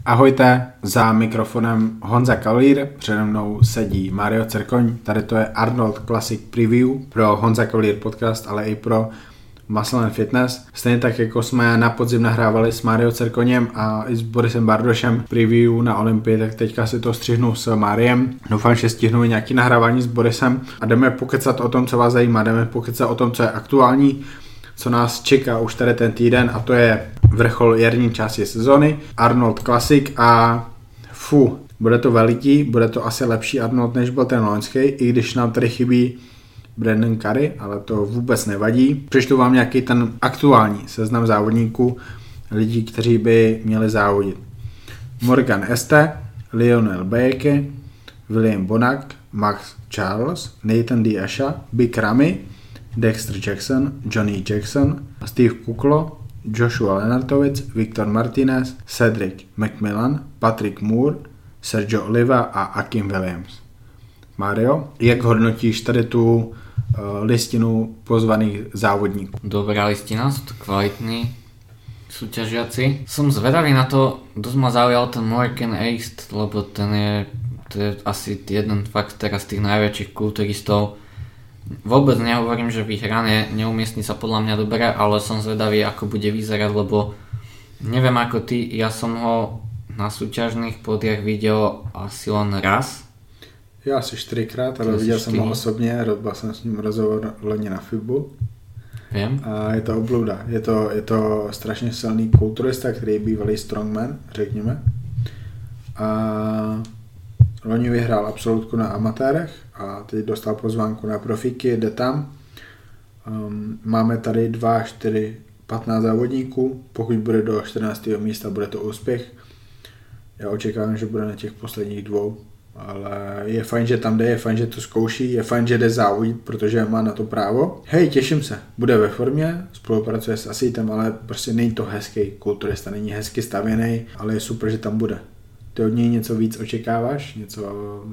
Ahojte, za mikrofonem Honza Kalír, přede mnou sedí Mario Cerkoň, tady to je Arnold Classic Preview pro Honza Kalír podcast, ale i pro Muscle & Fitness. Stejně tak, jako jsme na podzim nahrávali s Mario Cerkoněm a i s Borisem Bardošem preview na Olympii, tak teďka si to střihnu s Mariem. Doufám, že stihnu nějaké nahrávání s Borisem a jdeme pokecat o tom, co vás zajímá, jdeme pokecat o tom, co je aktuální, co nás čeká už tady ten týden, a to je vrchol jarní části sezony, Arnold Classic a bude to veliký, bude to asi lepší Arnold, než byl ten loňský, i když nám tady chybí Brandon Curry, ale to vůbec nevadí. Přečtu vám nějaký ten aktuální seznam závodníků, lidí, kteří by měli závodit. Morgan Este, Lionel Bayeke, William Bonac, Max Charles, Nathan D'Asha, Big Ramy, Dexter Jackson, Johnny Jackson, Steve Kuklo, Joshua Lenartovic, Victor Martinez, Cedric McMillan, Patrick Moore, Sergio Oliva a Akim Williams. Mario, jak hodnotíš tady tu listinu pozvaných závodníků? Dobrá listina, sú to kvalitní súťažiaci. Som zvedavý na to, dosť ma zaujal ten Morgan East, lebo to je asi jeden fakt teraz tých najväčších kulturistov. Vôbec nehovorím, že vyhrá, neumiestni sa podľa mňa dobre, ale som zvedavý, ako bude vyzerať, lebo neviem ako ty, ja som ho na súťažných pódiach videl asi len raz. Já asi 4krát, ale viděl jsem ho osobně, robil jsem s ním rozhovor loni na FIBu. Vím. A je to obluda, je to strašně silný kulturista, který je bývalý strongman, řekněme. A loni vyhrál absolutku na amatérech a teď dostal pozvánku na profíky, jde tam. Máme tady 2, 4, 15 závodníků, pokud bude do 14. místa, bude to úspěch. Já očekávám, že bude na těch posledních 2. Ale je fajn, že tam jde, je fajn, že to zkouší, je fajn, že jde závodit, protože má na to právo. Hej, těším se, bude ve formě, spolupracuje s Asitem, ale prostě není to hezký kulturista, není hezky stavěný, ale je super, že tam bude. Ty od něj něco víc očekáváš? Něco?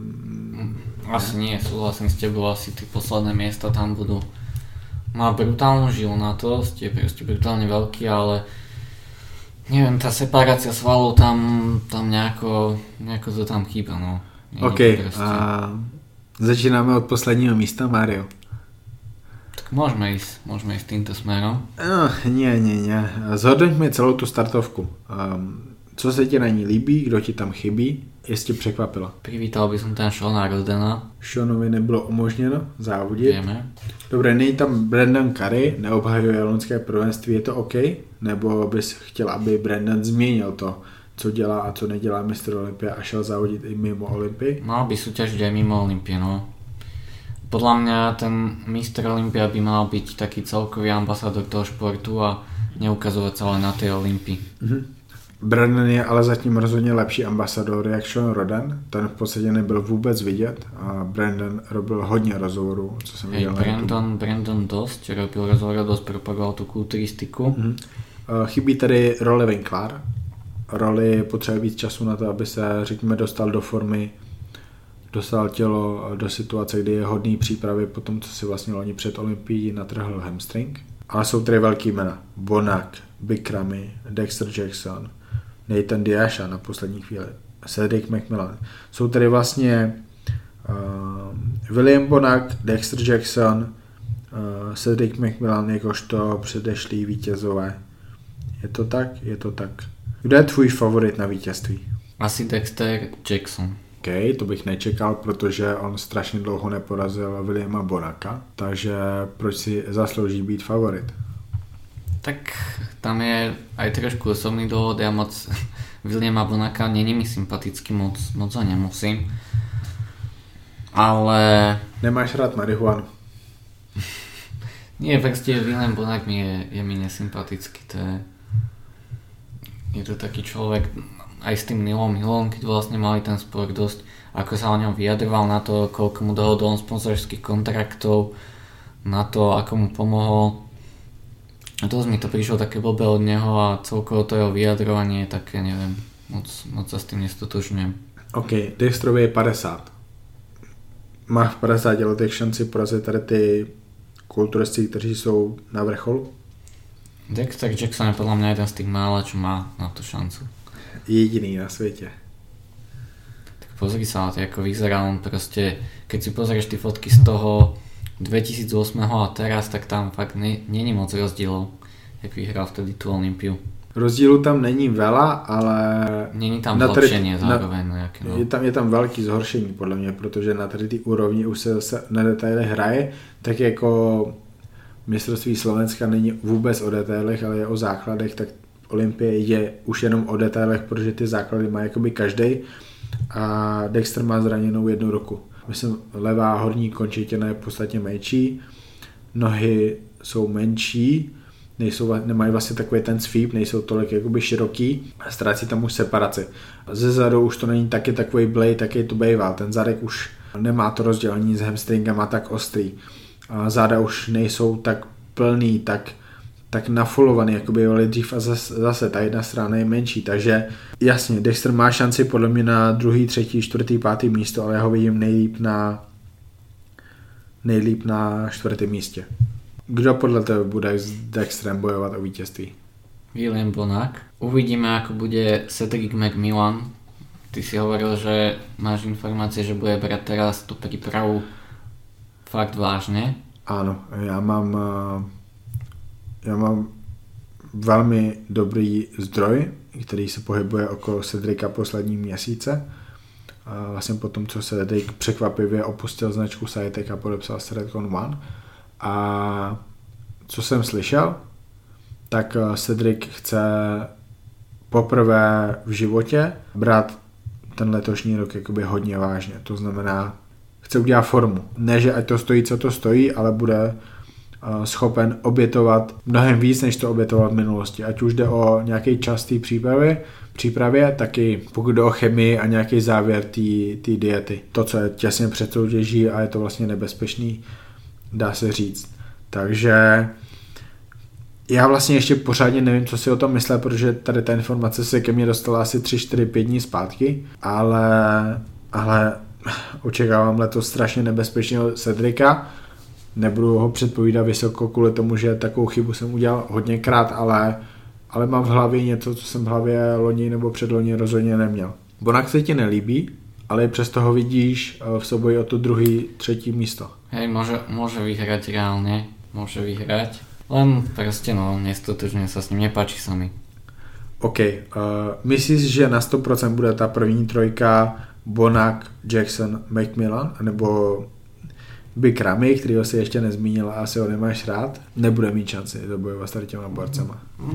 Asi nie, súhlasím s tebou, asi ty posledné miesta tam budú. Má brutálnu žilnatosť, je proste brutálne veľký, ale neviem, tá separácia svalov tam nejako to tam chýba, no. OK, a začínáme od posledního místa, Mario. Tak môžeme ísť týmto smerom. Nie. Zhodnoťme celou tu startovku. Co se ti na ní líbí, kdo ti tam chybí, jestli překvapila? Privítal by som tam Shona Rodena. Shonovi nebylo umožněno závodit. Vieme. Dobré, není tam Brandon Curry, neobhajuje loňské prvenství, je to OK? Nebo bys chtěl, aby Brandon změnil to, co dělá a co nedělá mistr Olympia a šel závodit i mimo Olympii? Mal by súťažiť aj mimo Olympie, no. Podľa mňa ten mistr Olympia by mal byť taký celkový ambasador toho športu a neukazovať sa len na tej Olympii. Brandon je ale zatím rozhodně lepší ambasador jak Sean Roden, ten v podstatě nebyl vůbec vidět a Brandon robil hodně rozhovorů, co jsem viděl na YouTube. Brandon dosť robil rozhovorů, dosť propagoval tu kulturistiku. Chybí tady Rolly Winkler. Rolly potřebuje víc času na to, aby se, řekněme, dostal do formy, dostal tělo do situace, kdy je hodný přípravy po tom, co si vlastně loni před Olympií natrhl hamstring. Ale jsou tady velký jména. Bonac, Big Ramy, Dexter Jackson, Nathan D'Asha na poslední chvíli, Cedric McMillan. Jsou tady vlastně William Bonac, Dexter Jackson, Cedric McMillan jakožto předešlý vítězové. Je to tak? Je to tak. Kdo je tvůj favorit na vítězství? Asi Dexter Jackson. OK, to bych nečekal, protože on strašně dlouho neporazil Williama Bonaca, takže proč si zaslouží být favorit? Tak tam je aj trošku osobný dôvod, ja moc Williama Bonaca není mi sympatický, moc ho nemusím. Ale... Nemáš rád marihuanu? Nie, proste William Bonac je mi nesympatický, je to taký človek, aj s tým Neilom Hillom, keď vlastne mali ten spor dosť, ako sa o ňom vyjadroval, na to, koľko mu dohodol sponzorských kontraktov, na to, ako mu pomohol. A dosť mi to prišlo také blbé od neho a celkovo to jeho vyjadrovanie je také, neviem, moc sa s tým nestotožňujem. OK, Dexterovi je 50. Má v 50 letech šanci porazit tady ty kulturisti, kteří jsou na vrcholu? Dexter Jackson je podľa mňa jeden z tých mála, čo má na to šancu. Jediný na světě. Tak pozri sa na to, ako vyzerá on proste, keď si pozrieš ty fotky z toho 2008 a teraz, tak tam fakt není moc rozdielov, jak vyhral vtedy tú Olympiu. Rozdílu tam není veľa, ale... Není tam zlepšenie zároveň nejaké. No. Je tam velký zhoršení podle mě, protože na tady ty úrovni už se zase na detaily hraje, tak jako mistrovství Slovenska není vůbec o detailech, ale je o základech, tak Olympie je už jenom o detailech, protože ty základy má jakoby každej a Dexter má zraněnou jednu ruku. Myslím, levá horní končetina je podstatně menší, nohy jsou menší, nemají vlastně takový ten sweep, nejsou tolik jakoby široký a ztrácí tam už separaci. Ze zadu už to není taky takový blade, taky to býval, ten zadek už nemá to rozdělení s hamstringama tak ostrý. A záda už nejsou tak plný, tak nafullovaný, jako bývaly dřív a zase ta jedna strana je menší, takže jasně, Dexter má šanci podle mě na 2., 3., 4., 5. místo, ale já ho vidím nejlíp na 4. místě. Kdo podle tebe bude s Dexterem bojovat o vítězství? William Bonac. Uvidíme, ako bude Cedric McMillan. Ty si hovoril, že máš informácie, že bude brať teraz tú prípravu fakt vážne. Áno, já mám velmi dobrý zdroj, který se pohybuje okolo Cedrica poslední měsíce. Vlastně po tom, co Cedric překvapivě opustil značku Cytec a podepsal s Redcon One. A co jsem slyšel, tak Cedric chce poprvé v životě brát ten letošní rok jakoby hodně vážně. To znamená, chce udělat formu. Ne, že ať to stojí, co to stojí, ale bude schopen obětovat mnohem víc, než to obětoval v minulosti. Ať už jde o nějaký čas té přípravě, taky pokud jde o chemii a nějaký závěr té diety. To, co je těsně před soutěží a je to vlastně nebezpečný, dá se říct. Takže já vlastně ještě pořádně nevím, co si o tom myslel, protože tady ta informace se ke mně dostala asi 3, 4, 5 dní zpátky, ale očekávám letos strašně nebezpečného Cedrica. Nebudu ho předpovídat vysoko kvůli tomu, že takovou chybu jsem udělal hodněkrát, ale mám v hlavě něco, co jsem v hlavě loni nebo předloni rozhodně neměl. Bonac se ti nelíbí, ale i přesto ho vidíš v souboji o to 2., 3. místo. Hej, môže vyhrať reálne, môže vyhrať, len proste nestotožňujem sa s ním, nepáči sa mi. OK, myslíš, že na 100% bude ta první trojka Bonac, Jackson, McMillan, nebo Big Ramy, kterýho si ještě nezmínil a asi ho nemáš rád, nebude mít šanci zabojovat s těma borcema?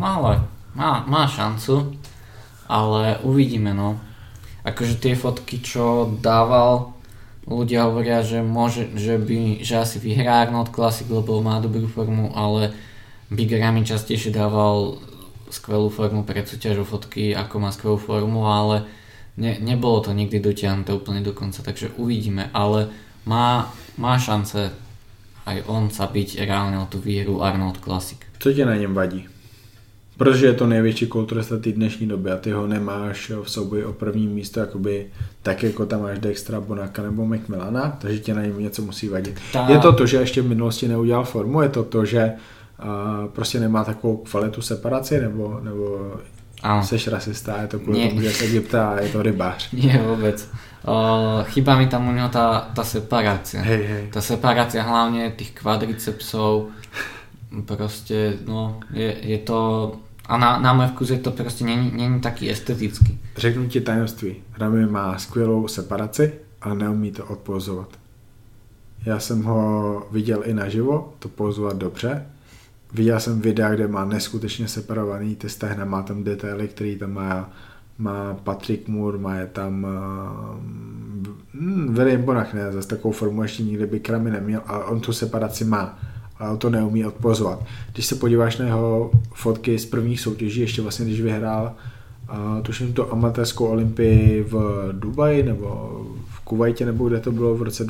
Má šancu, ale uvidíme, no. Akože tie fotky, čo dával, ľudia hovoria, že asi vyhrá Arnold Classic, lebo má dobrú formu, ale Big Ramy častejšie dával skvelú formu pred súťažou fotky, ako má skvelú formu, ale nebolo to nikdy dotiahnuté úplne do konca, takže uvidíme, ale má šance aj on sa byť reálne o tú výhru Arnold Classic. Co tě na něm vadí? Protože je to největší kulturista té dnešní doby a ty ho nemáš v souboji o první místo jakoby tak, jako tam máš Dextera, Bonaca nebo McMillana, takže tě na něm něco musí vadit. Je to, že ještě v minulosti neudělal formu, je to, že prostě nemá takovou kvalitu separaci, nebo seš rasista, je to kvůli tomu, že z Egypta a je to rybář. Nie vôbec. Chýba mi tam u neho tá separácia. Hej. Tá separácia hlavne tých kvadricepsov, proste, je to, a na môj vkus je to proste není taký estetický. Řeknu ti tajemství. Ramy má skvělou separaci, ale neumí to odpozovat. Já jsem ho viděl i naživo, to pozovat dobře. Viděl jsem videa, kde má neskutečně separovaný ty stehna, má tam detaily, který tam má Patrick Moore, má je tam William Bonac, ne, zase takovou formu ještě nikdy by Ramy neměl, ale on tu separaci má. Ale on to neumí odpozovat. Když se podíváš na jeho fotky z prvních soutěží, ještě vlastně když vyhrál tuším to amatérskou olympii v Dubaji nebo v Kuvajtě, nebo kde to bylo v roce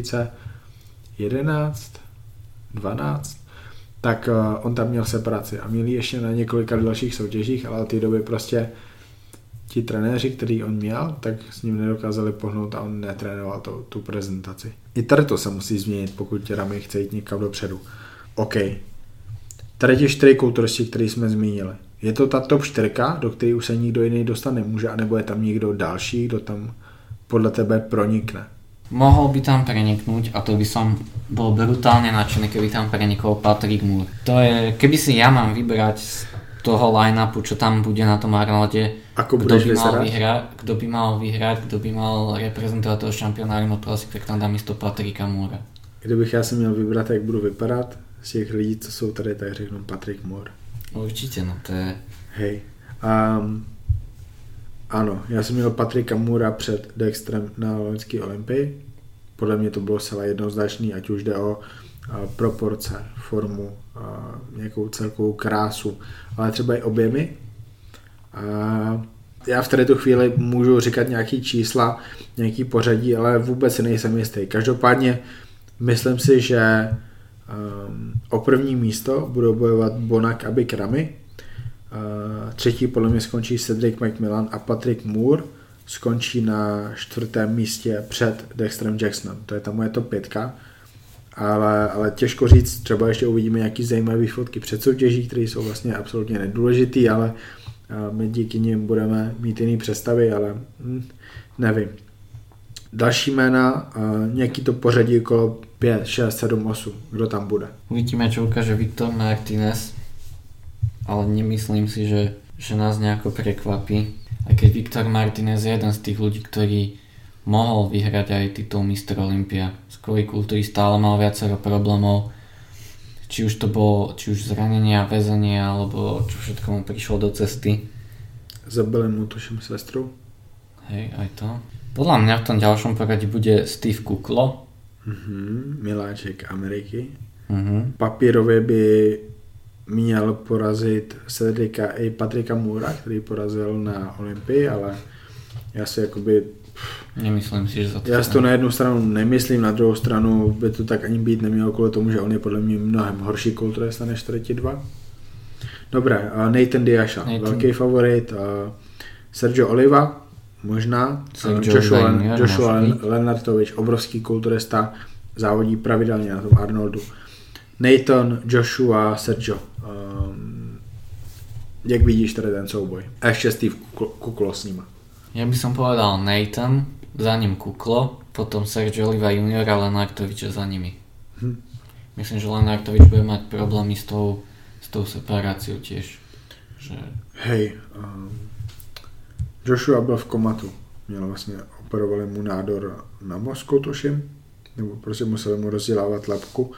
2011, 12, tak on tam měl separaci a měl ještě na několika dalších soutěžích, ale od té doby prostě ti trenéři, který on měl, tak s ním nedokázali pohnout a on netrénoval tu prezentaci. I tady to se musí změnit, pokud Ramy chce jít někam dopředu. OK. Tady ti 4 kulturisti, který jsme zmínili. Je to ta top 4, do které už se nikdo jiný dostat nemůže, anebo je tam někdo další, kdo tam podle tebe pronikne? Mohol by tam preniknúť a to by som bol brutálne nadšený, keby tam prenikol Patrick Moore. To je, keby si ja mám vybrať z toho line-upu, čo tam bude na tom Arnolde, kto by mal vyhrať, kto by mal reprezentovať toho šampiona Arnold Classic, tak tam dám místo Patricka Moora. Kdybych já si měl vybrat, jak budu vypadat z těch lidí, co jsou tady, tak řeknu Patrick Moore. Určite, no to je... Hej. Ano, já jsem měl Patricka Moora před Dextrem na loňské olympii. Podle mě to bylo celé jednoznačný, ať už jde o proporce, formu, nějakou celkovou krásu, ale třeba i objemy. Já v této chvíli můžu říkat nějaký čísla, nějaký pořadí, ale vůbec si nejsem jistý. Každopádně myslím si, že o první místo budou bojovat Bonac a Bikrami. Třetí podle mě skončí Cedric McMillan a Patrick Moore skončí na 4. místě před Dexterem Jacksonem. To je ta moje top 5. Ale těžko říct, třeba ještě uvidíme nějaký zajímavý fotky před soutěží, které jsou vlastně absolutně nedůležitý, ale my díky nim budeme mít jiný představy, ale nevím. Další jména, nějaký to pořadí okolo 5, 6, 7, 8. Kdo tam bude? Uvidíme, čo ukáže Victor Martinez, ale nemyslím si, že nás nejako prekvapí. Aj keď Victor Martinez je jeden z tých ľudí, ktorý mohol vyhrať aj titul Mr. Olympia. Z kvôli kultúry stále mal viacero problémov. Či už zranenia, väzenie, alebo čo všetko mu prišlo do cesty. Zabili mu tuším sestru. Hej, aj to. Podľa mňa v tom ďalšom poradí bude Steve Kuklo. Miláček Ameriky. Papírově by měl porazit Cedrika i Patricka Moora, který porazil na Olympii, ale já si jakoby... Nemyslím si, že za to... Já si to na jednu stranu nemyslím, na druhou stranu by to tak ani být nemělo kvůli tomu, že on je podle mě mnohem horší kulturista než 2. Dobré, Nathan Diasha, velký favorit, Sergio Oliva, možná, Joshua Lenartovič, obrovský kulturista, závodí pravidelně na tom Arnoldu. Nathan, Joshua, Sergio. Jak vidíš tady ten souboj? A ještě Steve Kuklo s nima. Ja by som povedal Nathan, za ním Kuklo, potom Sergio Oliva Junior a Lenartovič za nimi. Myslím, že Lenartovič bude mať problémy s tou separáciou tiež. Že... Hej, Joshua byl v komatu. Měl vlastně, operovali mu nádor na mozku, tuším. Nebo prostě museli mu rozdělávat labku.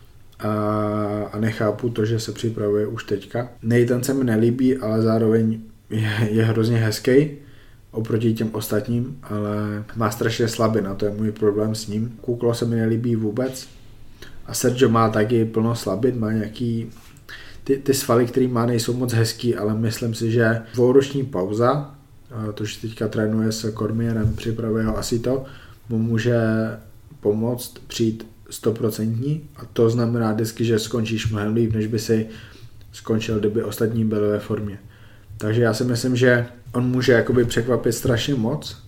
A nechápu to, že se připravuje už teďka. Nathan se mi nelíbí, ale zároveň je hrozně hezký oproti těm ostatním, ale má strašně slabina, to je můj problém s ním. Kuklo se mi nelíbí vůbec a Sergio má taky plno slabin, má nějaký ty svaly, který má, nejsou moc hezký, ale myslím si, že dvouroční pauza, to, že teďka trénuje s Cormierem, připravuje ho asi to, mu může pomoct přijít 100% a to znamená vždycky, že skončíš mnohem líp, než by si skončil, kdyby ostatní byli ve formě. Takže já si myslím, že on může jakoby překvapit strašně moc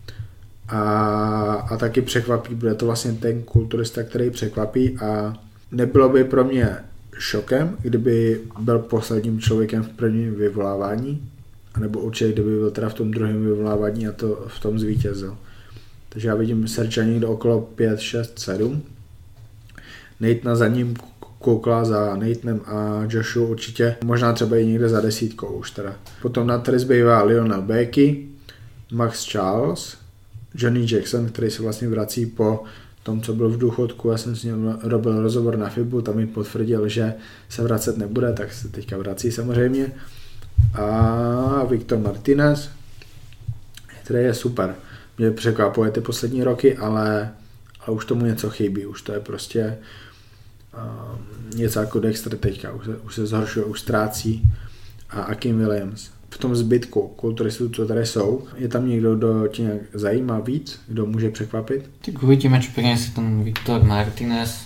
a taky překvapí, bude to vlastně ten kulturista, který překvapí a nebylo by pro mě šokem, kdyby byl posledním člověkem v prvním vyvolávání, anebo určitě kdyby byl teda v tom druhém vyvolávání a to v tom zvítězil. Takže já vidím Serča někdo okolo 5, 6, 7. Nathan za ním, Kukla za Nathanem a Joshua určitě, možná třeba i někde za 10 už teda. Potom na trest bývá Lionel Becky, Max Charles, Johnny Jackson, který se vlastně vrací po tom, co byl v důchodku. Já jsem s ním robil rozhovor na FIBu, tam mi potvrdil, že se vracet nebude, tak se teďka vrací samozřejmě. A Victor Martinez, který je super. Mě překvapuje ty poslední roky, ale už tomu něco chybí, už to je prostě něco jako Dexter teďka, už se zhoršuje, už ztrácí a Akim Williams. V tom zbytku kulturistů, co tady jsou, je tam někdo, kdo tě nějak zajímá víc, kdo může překvapit? Tak uvidíme, čo prinesie ten Victor Martinez.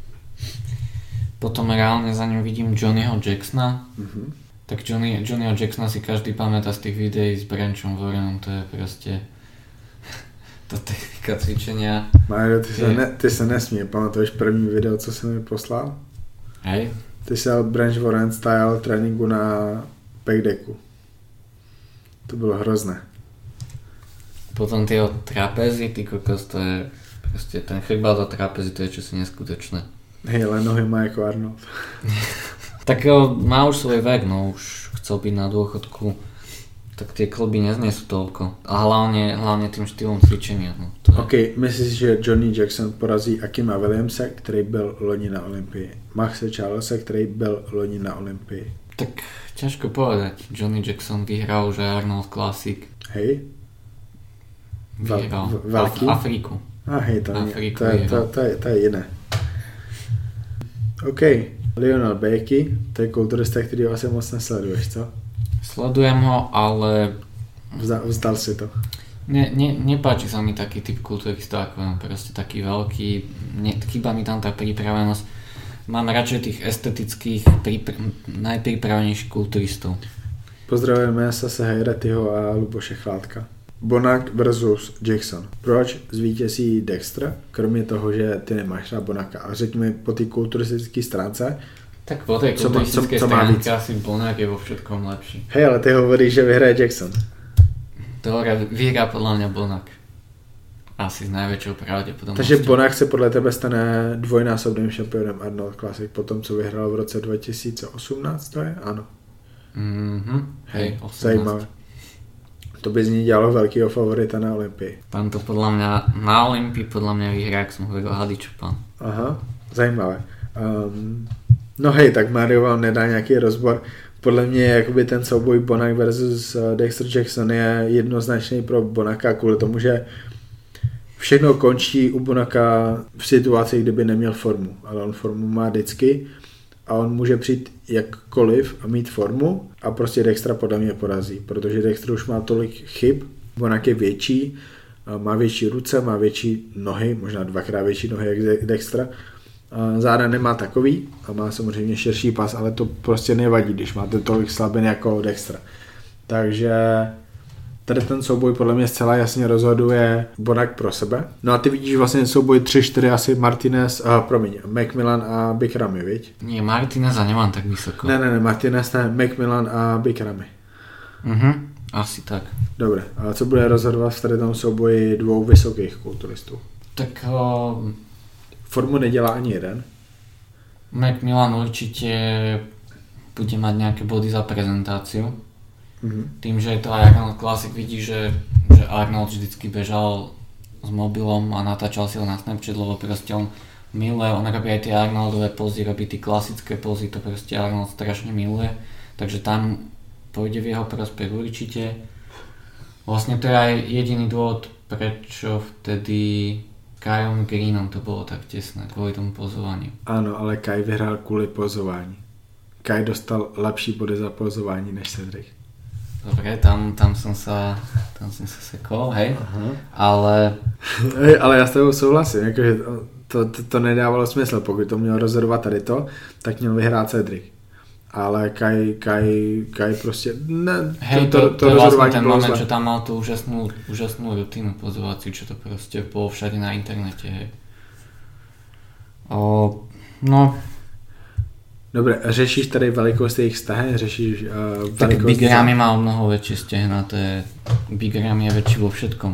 Potom reálne za ním vidím Johnnyho Jacksona. Tak Johnnyho Jacksona si každý pamätá z tých videí s Branchom Warrenom, to je proste ta technika cvičenia. Mario, ty se nesmí, pamatuješ první video, co jsem mi poslal? Hej. Ty si dal Branch Warren style tréninku na backdecku. To bylo hrozné. Potom tie trapezy, ty kokos, to je proste ten chrbát a trapezy, to je čosi neskutečné. Hej, ale nohy má jako Arnold. Tak má už svoj vek, no už chcel byť na dôchodku, tak tie klby neznesú toľko. A hlavne tým štýlom cvičenia. No, to je... OK, myslíš, že Johnny Jackson porazí Akima Williamse, který byl loni na Olympii? Maxe Charlesa, který byl loni na Olympii? Tak ťažko povedať. Johnny Jackson vyhral už aj Arnold Classic. Hej? Vyhral Velký? Afriku. Hej, Afriku to je jiné. OK, Lionel Bakey, to je kulturista, který asi moc nesleduješ, co? Sledujem ho, ale... Vzdal si to. Nepáči sa mi taký typ kulturista, ako je proste taký veľký, chýba mi tam tá pripravenosť. Mám radšej tých estetických, najpripravenejších kulturistov. Pozdravujeme Sase Hajratyho a Luboše Chládka. Bonak versus Jackson. Proč zvítězí Dexter? Kromě toho, že ty nemáš na Bonaka. A řekni po té kulturistické stránce. Tak po tej kulturistické stránke asi Bonak je vo všetkom lepší. Hej, ale ty hovoríš, že vyhraje Jackson. Dobre, vyhrá podľa mňa Bonak. Asi s najväčšou pravdepodobnosťou. Takže Bonak se podle tebe stane dvojnásobným šampionem Arnold Classic po tom, co vyhrál v roce 2018, to je? Ano. Hej, 18. Zajímavé. To by z ní dělalo velkýho favorita na Olympii. Tam to podľa mňa na Olympii podľa mňa vyhrá, jak som hovoril, Hadičupan. Aha, zajímavé. No hej, tak Mario vám nedá nějaký rozbor. Podle mě jakoby ten souboj Bonak versus Dexter Jackson je jednoznačný pro Bonaka kvůli tomu, že všechno končí u Bonaka v situaci, kdyby neměl formu. Ale on formu má vždycky a on může přijít jakkoliv a mít formu a prostě Dextra podle mě porazí, protože Dexter už má tolik chyb, Bonak je větší, má větší ruce, má větší nohy, možná dvakrát větší nohy jak Dextra. Záda nemá takový a má samozřejmě širší pas, ale to prostě nevadí, když máte tolik slabin jako Dextra. Takže tady ten souboj podle mě zcela jasně rozhoduje Bonak pro sebe. No a ty vidíš vlastně souboj 3-4 asi Martinez, Macmillan a Bikrami, viď? Nie, Martineza nemám tak vysoko. Ne, Martinez ne, Macmillan a Bikrami. Asi tak. Dobre, a co bude rozhodovat v tady tom souboji dvou vysokých kulturistů? Tak formu nedělá ani jeden. Macmillan určite bude mať nejaké body za prezentáciu. Tým, že je to aj Arnold Classic, vidí, že Arnold vždycky bežal s mobilom a natáčal si ho na Snapchat, lebo proste on miluje, on robí aj tie Arnoldové pozy, robí tie klasické pozy, to proste Arnold strašne miluje, takže tam pôjde v jeho prospech určite. Vlastne to je aj jediný dôvod, prečo vtedy Kajom Greenom to bolo tak tesné, kvôli tomu pozovaniu. Áno, ale Kaj vyhrál kvôli pozování. Kaj dostal lepší body za pozování než Cedric. Dobre, tam som sa sekol, hej, ale... Ale já s tebou souhlasím, jakože to nedávalo smysl, pokud to měl rozhodovat tady to, tak měl vyhrát Cedric. Ale Kaj prostě... Ne, hej, to je vlastne ten moment, že tam mal tú úžasnú rutinu pozovaciu, čo to proste bolo všade na internete, hej. No... Dobre, řešíš tady velikost jejich stehen? Řešíš velikost... Tak Big Ramy má o mnoho väčšie stehna, to je... Big Ramy je väčší vo všetkom.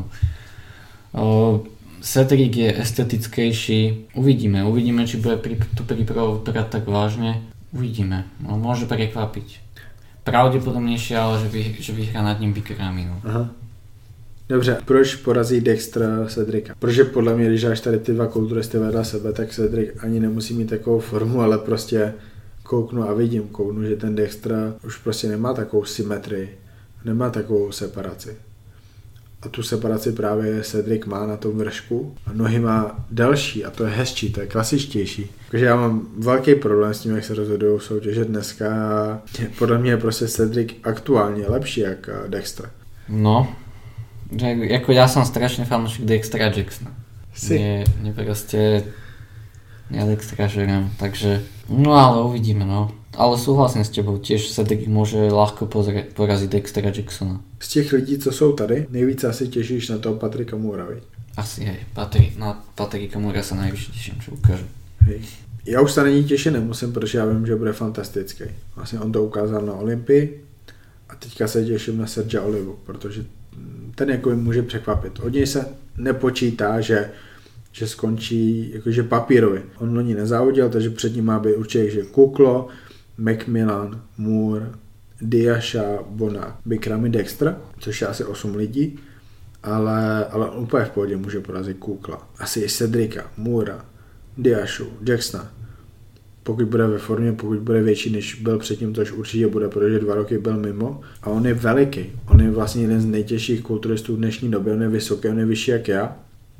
Cedric je estetickejší. Uvidíme, či bude tú prípravu brať tak vážne. Uvidíme, no, môže prekvapiť. Pravdepodobnejšie, ale že vyhrá nad ním Big Ramy, no. Aha. Dobře, proč porazí Dexter Cedrica? Protože podle mě, když dáš tady ty dva kulturisty vedle sebe, tak Cedric ani nemusí mít takovou formu, ale prostě kouknu a vidím, že ten Dexter už prostě nemá takovou symetrii, nemá takovou separaci. A tu separaci právě Cedric má na tom vršku a nohy má delší a to je hezčí, to je klasičtější. Takže já mám velký problém s tím, jak se rozhodují soutěže dneska a podle mě je prostě Cedric aktuálně lepší jak Dexter. No, jako ja som strašne fanúšik Dextera Jacksona. Nie proste Dextera žerám, takže no ale uvidíme, no. Ale súhlasím s tebou, tiež Cedric môže ľahko poraziť Dextera Jacksona. Z těch lidí, co jsou tady, nejvíc asi těšíš na toho Patricka Moora, viď? Asi hej, na Patricka Moora sa najvyššie teším, čo ukážu. Hej. Já už se na ní těšit nemusím, protože já vím, že bude fantastický. Vlastně on to ukázal na Olympii A teďka se těším na Sergia Olivu, protože ten jako může překvapit. Od něj se nepočítá, že skončí jakože papírově. On loni nezávodil, takže před ním má být určitě, že Kuklo, McMillan, Moore, Diasha, Bona, Bikrami, Dexter, což je asi 8 lidí, ale úplně v pohodě může porazit Kukla. Asi i Cedrika, Moora, Diashu, Jacksona. Pokud bude ve formě, pokud bude větší, než byl předtím, tož určitě bude, protože 2 roky byl mimo. A on je veliký. On je vlastně jeden z nejtěžších kulturistů v dnešní době. On je vysoký, on je vyšší jak já.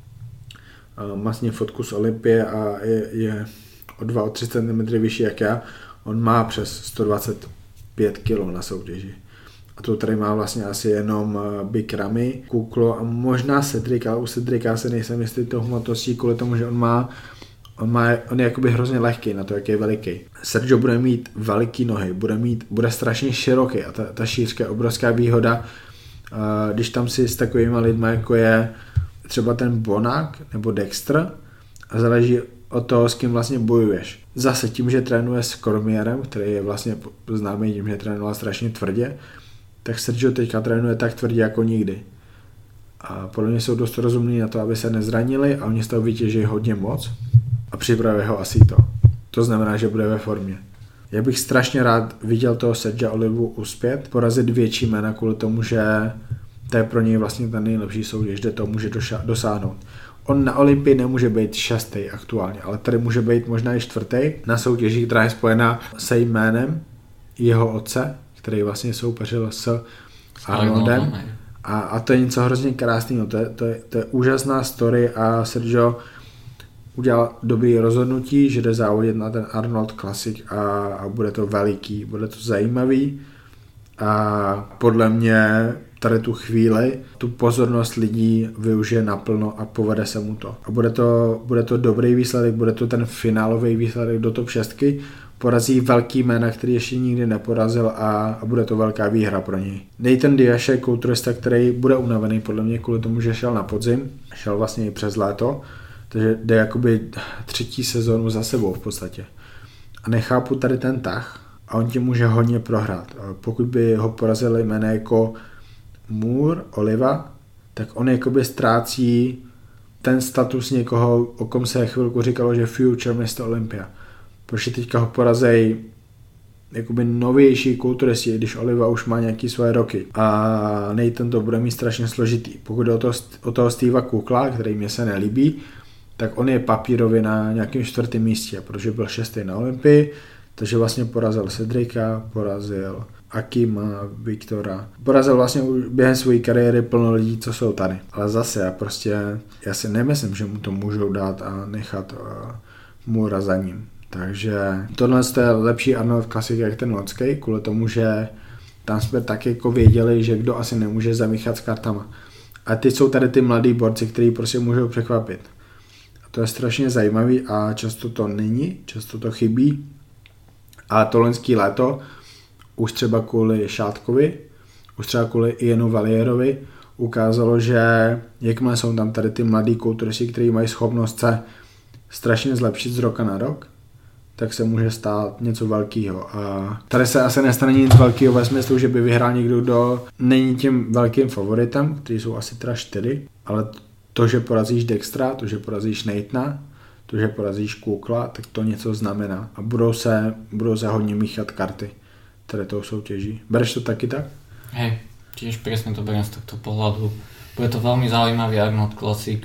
Má s ním fotku z Olympie a je o 2-3 cm vyšší jak já. On má přes 125 kg na soutěži. A to tady má vlastně asi jenom Bikrami, Kuklo a možná Cedric, ale u Cedrika se nejsem jistý tou hmotností kvůli tomu, že on je jakoby hrozně lehký na to, jak je veliký. Sergio bude mít veliký nohy, bude strašně široký a ta šířka je obrovská výhoda, když tam si s takovými lidmi, jako je třeba ten Bonak nebo Dexter, a záleží od toho, s kým vlastně bojuješ. Zase tím, že trénuje s Cormierem, který je vlastně známý tím, že trénoval strašně tvrdě, tak Sergio teďka trénuje tak tvrdě jako nikdy. A podle mě jsou dost rozumní na to, aby se nezranili a oni z toho vytěží hodně moc a připraví ho asi to. To znamená, že bude ve formě. Já bych strašně rád viděl toho Sergia Olivu uspět, porazit větší jména kvůli tomu, že to je pro něj vlastně ten nejlepší soutěž, kde to může dosáhnout. On na Olympii nemůže být 6. aktuálně, ale tady může být možná i 4. na soutěži, která je spojená se jménem jeho otce, který vlastně soupeřil s Arnoldem. A to je něco hrozně krásného, to je úžasná story a Sergio udělal dobrý rozhodnutí, že jde závodit na ten Arnold Classic a bude to veliký, bude to zajímavý a podle mě tady tu chvíli, tu pozornost lidí využije naplno a povede se mu to. A bude to dobrý výsledek, bude to ten finálový výsledek do top 6, porazí velký jména, který ještě nikdy neporazil a bude to velká výhra pro něj. Nathan Diaz je kulturista, který bude unavený podle mě kvůli tomu, že šel na podzim, šel vlastně i přes léto, takže jde jakoby 3. sezónu za sebou v podstatě. A nechápu tady ten tah a on tím může hodně prohrát. Pokud by ho porazili jména jako Moore, Oliva, tak on jakoby ztrácí ten status někoho, o kom se chvilku říkalo, že future Mr. Olympia. Protože teďka ho porazej jakoby novější kulturisti, když Oliva už má nějaký svoje roky. A Nathan to bude mít strašně složitý. Pokud o toho Steva Kukla, který mě se nelíbí, tak on je papírově na nějakém 4. místě, protože byl 6. na Olympii, takže vlastně porazil Cedrika, porazil Akima, Viktora. Porazil vlastně během své kariéry plno lidí, co jsou tady. Ale zase já si nemyslím, že mu to můžou dát a nechat Moora za ním. Takže tohle je lepší Arnold Classic jak ten loňský, kvůli tomu, že tam jsme tak jako věděli, že kdo asi nemůže zamíchat s kartama. A teď jsou tady ty mladí borci, kteří prostě můžou překvapit. A to je strašně zajímavý a často to není, často to chybí. A to loňský léto už třeba kvůli Šátkovi, už třeba kvůli Ianu Valierovi ukázalo, že jakmile jsou tam tady ty mladí kulturisti, kteří mají schopnost se strašně zlepšit z roka na rok, tak se může stát něco velkého. A tady se asi nestane nic velkého ve smyslu, že by vyhrál někdo, kdo není tím velkým favoritem, kteří jsou asi teda 4, ale to, že porazíš Dextra, to, že porazíš Nathana, to, že porazíš Kukla, tak to něco znamená. A budou se hodně míchat karty tady tou soutěží. Bereš to taky tak? Hej, tiež presne to beriem z tohto pohľadu. Bude to veľmi zaujímavý Arnold Classic.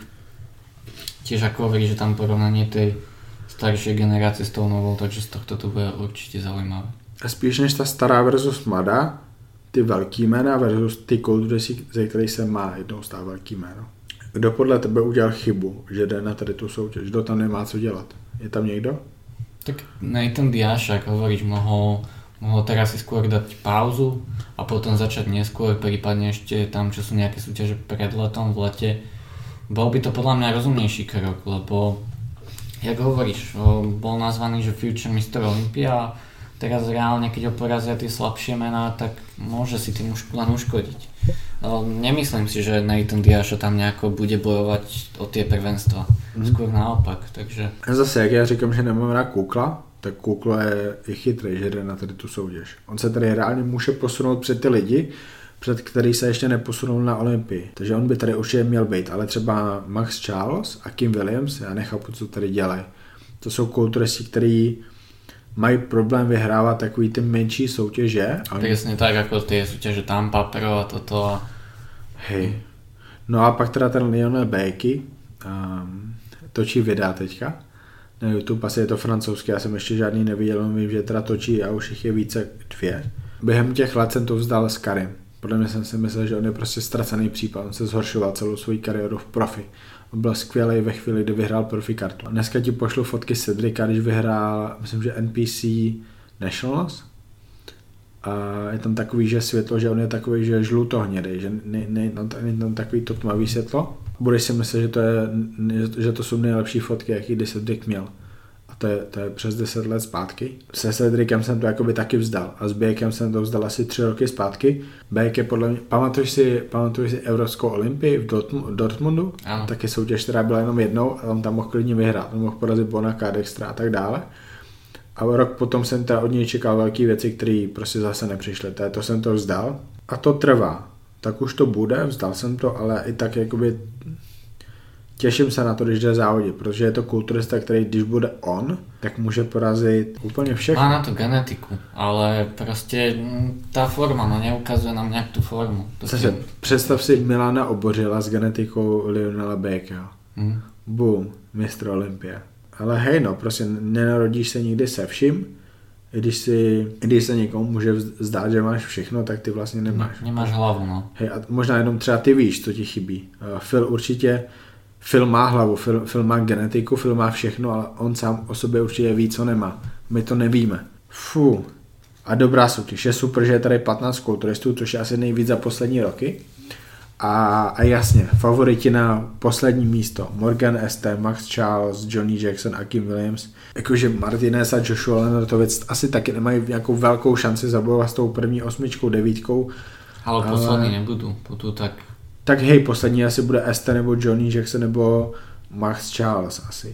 Tiež ako hovorí, že tam porovnanie tej staršej generácie s tou novou, takže z tohto to bude určite zaujímavé. A spíš než ta stará versus mladá, ty velký jména versus ty kulturisti, ze kterých se má jednou stát velký jméno. Kdo podle tebe udělal chybu, že jde na tady tu soutěž? Kdo tam nemá co dělat? Je tam někdo? Tak Nathan Diaz, ako hovoríš, mohol teraz si skôr dať pauzu a potom začať neskôr, prípadne ešte tam, čo sú nejaké súťaže pred letom, v lete. Bol by to podľa mňa rozumnejší krok, lebo, jak hovoríš, bol nazvaný, že Future Mr. Olympia, teraz reálne, keď ho porazia tie slabšie mená, tak môže si tým už len uškodiť. Nemyslím si, že Nathan Diaz tam nejako bude bojovať o tie prvenstva. Skôr naopak, takže... Zase, jak já říkám, že nemám rád Kukla, tak Kuklo je chytrý, že jde na tady tu soutěž. On se tady reálně může posunout před ty lidi, před který se ještě neposunul na Olympii. Takže on by tady určitě měl být, ale třeba Max Charles a Kim Williams, já nechápu, co tady dělají. To jsou kulturisti, kteří mají problém vyhrávat takový ty menší soutěže. Přesně tak, jako ty soutěže Tampa Pro a toto. Hej. No a pak teda ten Lionel Bakey točí videa teďka na YouTube, asi je to francouzský, já jsem ještě žádný neviděl, vím, že teda točí a už jich je více 2. Během těch let jsem to vzdal s Karim. Podle mě jsem si myslel, že on je prostě ztracený případ, on se zhoršoval celou svou kariéru v profi. On byl skvělý ve chvíli, kdy vyhrál profi kartu. A dneska ti pošlu fotky Cedrika, když vyhrál, myslím, že NPC Nationals. A je tam takový, že světlo, že on je takový, že je žlutohnědej, že není tam takový to tmavý světlo. Budeš si myslet, že to jsou nejlepší fotky, jaký kdy Cedric měl. A to je přes 10 let zpátky. Se Cedricem jsem to jakoby taky vzdal. A s Bakem jsem to vzdal asi 3 roky zpátky. Bake je podle mě, pamatuješ si Evropskou olympii v Dortmundu? Ano. Taky soutěž, která byla jenom jednou a on tam mohl klidně vyhrát. On mohl porazit Bonaka, Dextra a tak dále. A rok potom jsem teda od něj čekal velké věci, které prostě zase nepřišly. To jsem to vzdal. A to trvá. Tak už to bude, vzdal jsem to, ale i tak jakoby těším se na to, když jde závodit, protože je to kulturista, který když bude on, tak může porazit úplně všechno. Má na to genetiku, ale prostě ta forma, no neukazuje nám nějak tu formu. Představ si Milana Obořila s genetikou Lionela Bakeho. Boom, mistr Olympie. Ale hej no, prostě nenarodíš se nikdy se vším, když se někomu může zdát, že máš všechno, tak ty vlastně nemáš. Nemáš hlavu, no. Hej, a možná jenom třeba ty víš, co ti chybí. Phil má hlavu, Phil má genetiku, Phil má všechno, ale on sám o sobě určitě ví, co nemá. My to nevíme. Fú. A dobrá soutěž. Je super, že je tady 15 kulturistů, což je asi nejvíc za poslední roky. A jasně, favoriti na poslední místo. Morgan St, Max Charles, Johnny Jackson a Kim Williams. Jakože Martinez a Joshua Lenartovec asi taky nemají nějakou velkou šanci zabojovat s tou první 8, 9. Ale poslední budou tak. Tak hej, poslední asi bude Este nebo Johnny Jackson nebo Max Charles asi.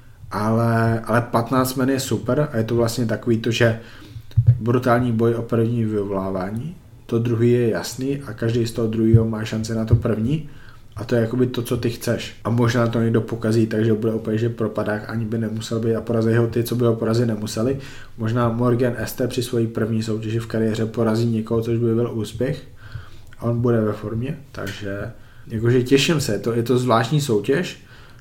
Ale 15 men je super a je to vlastně takový to, že brutální boj o první vyvolávání. To druhý je jasný a každý z toho druhého má šanci na to první a to je jakoby to, co ty chceš. A možná to někdo pokazí, takže bude úplně, že propadák ani by nemusel být a porazí ho ty, co by ho porazit nemuseli. Možná Morgan St při své první soutěži v kariéře porazí někoho, což by byl úspěch a on bude ve formě, takže jakože těším se, je to zvláštní soutěž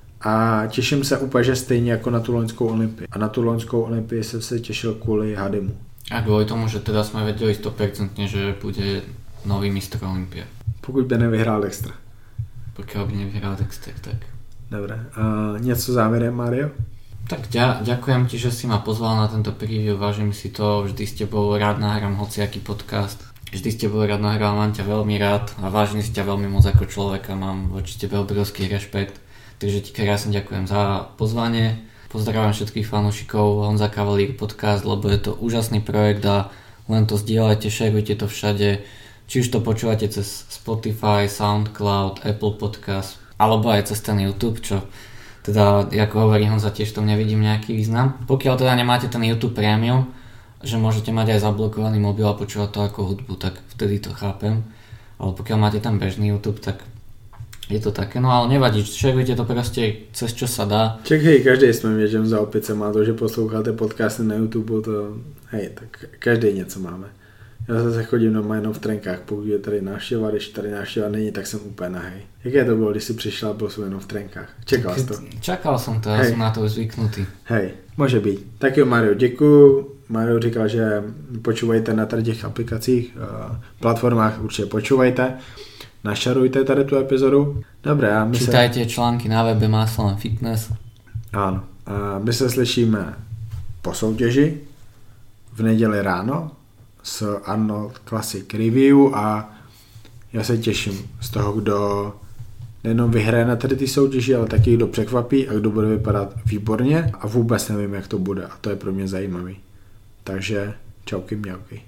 a těším se úplně, že stejně jako na tu loňskou olympii. A na tu loňskou olympii jsem se těšil kvůli Hadimu. A kvůli tomu, že teda jsme věděli 100%, že bude nový mistr Olympie. Pokud by nevyhrál Dexter. Pokud by nevyhrál Dexter, tak. Dobre. A něco závěrem, Mario? Tak ďakujem ti, že si ma pozval na tento preview, vážim si to, vždy s tebou rád nahrám hociaký podcast. Vždy s tebou rád nahrám, mám ťa veľmi rád a vážim si ťa veľmi moc ako človeka, mám voči tebe obrovský rešpekt. Takže ti krásne ďakujem za pozvanie. Pozdravujem všetkých fanúšikov Honza Cavalier podcast, lebo je to úžasný projekt a len to zdieľajte, šerujte to všade. Či už to počúvate cez Spotify, Soundcloud, Apple Podcast, alebo aj cez ten YouTube, čo teda, ako hovorí Honza, tiež tom nevidím nejaký význam. Pokiaľ teda nemáte ten YouTube Premium, že môžete mať aj zablokovaný mobil a počúvať to ako hudbu, tak vtedy to chápem. Ale pokiaľ máte tam bežný YouTube, tak je to také, no ale nevadí, šerujte to prostě cez čo sa dá. Čak hej, každý jsme věděm za opice, má to, že posloucháte podcasty na YouTube, to hej, tak každý něco máme. Já zase chodím doma jenom v trenkách, pokud je tady návštěva, když tady návštěva není, tak jsem úplně nahej. Jaké to bylo, když jsi přišla a byl jsem jenom v trenkách? Čekal jsi to? Čakal jsem to, já jsem na to už zvyknutý. Hej, může být. Tak jo, Mario, děkuju. Mario říkal, že počúvajte na tady těch aplikacích, platformách, určitě počúvajte. Našarujte tady tu epizodu. Dobré, a my čítajte články na webe Muscle & Fitness. Ano. A my se slyšíme po soutěži v neděli ráno s Arnold Classic Review a já se těším z toho, kdo nejenom vyhraje na tady ty soutěži, ale taky kdo překvapí a kdo bude vypadat výborně a vůbec nevím, jak to bude a to je pro mě zajímavý. Takže čauky mňauky.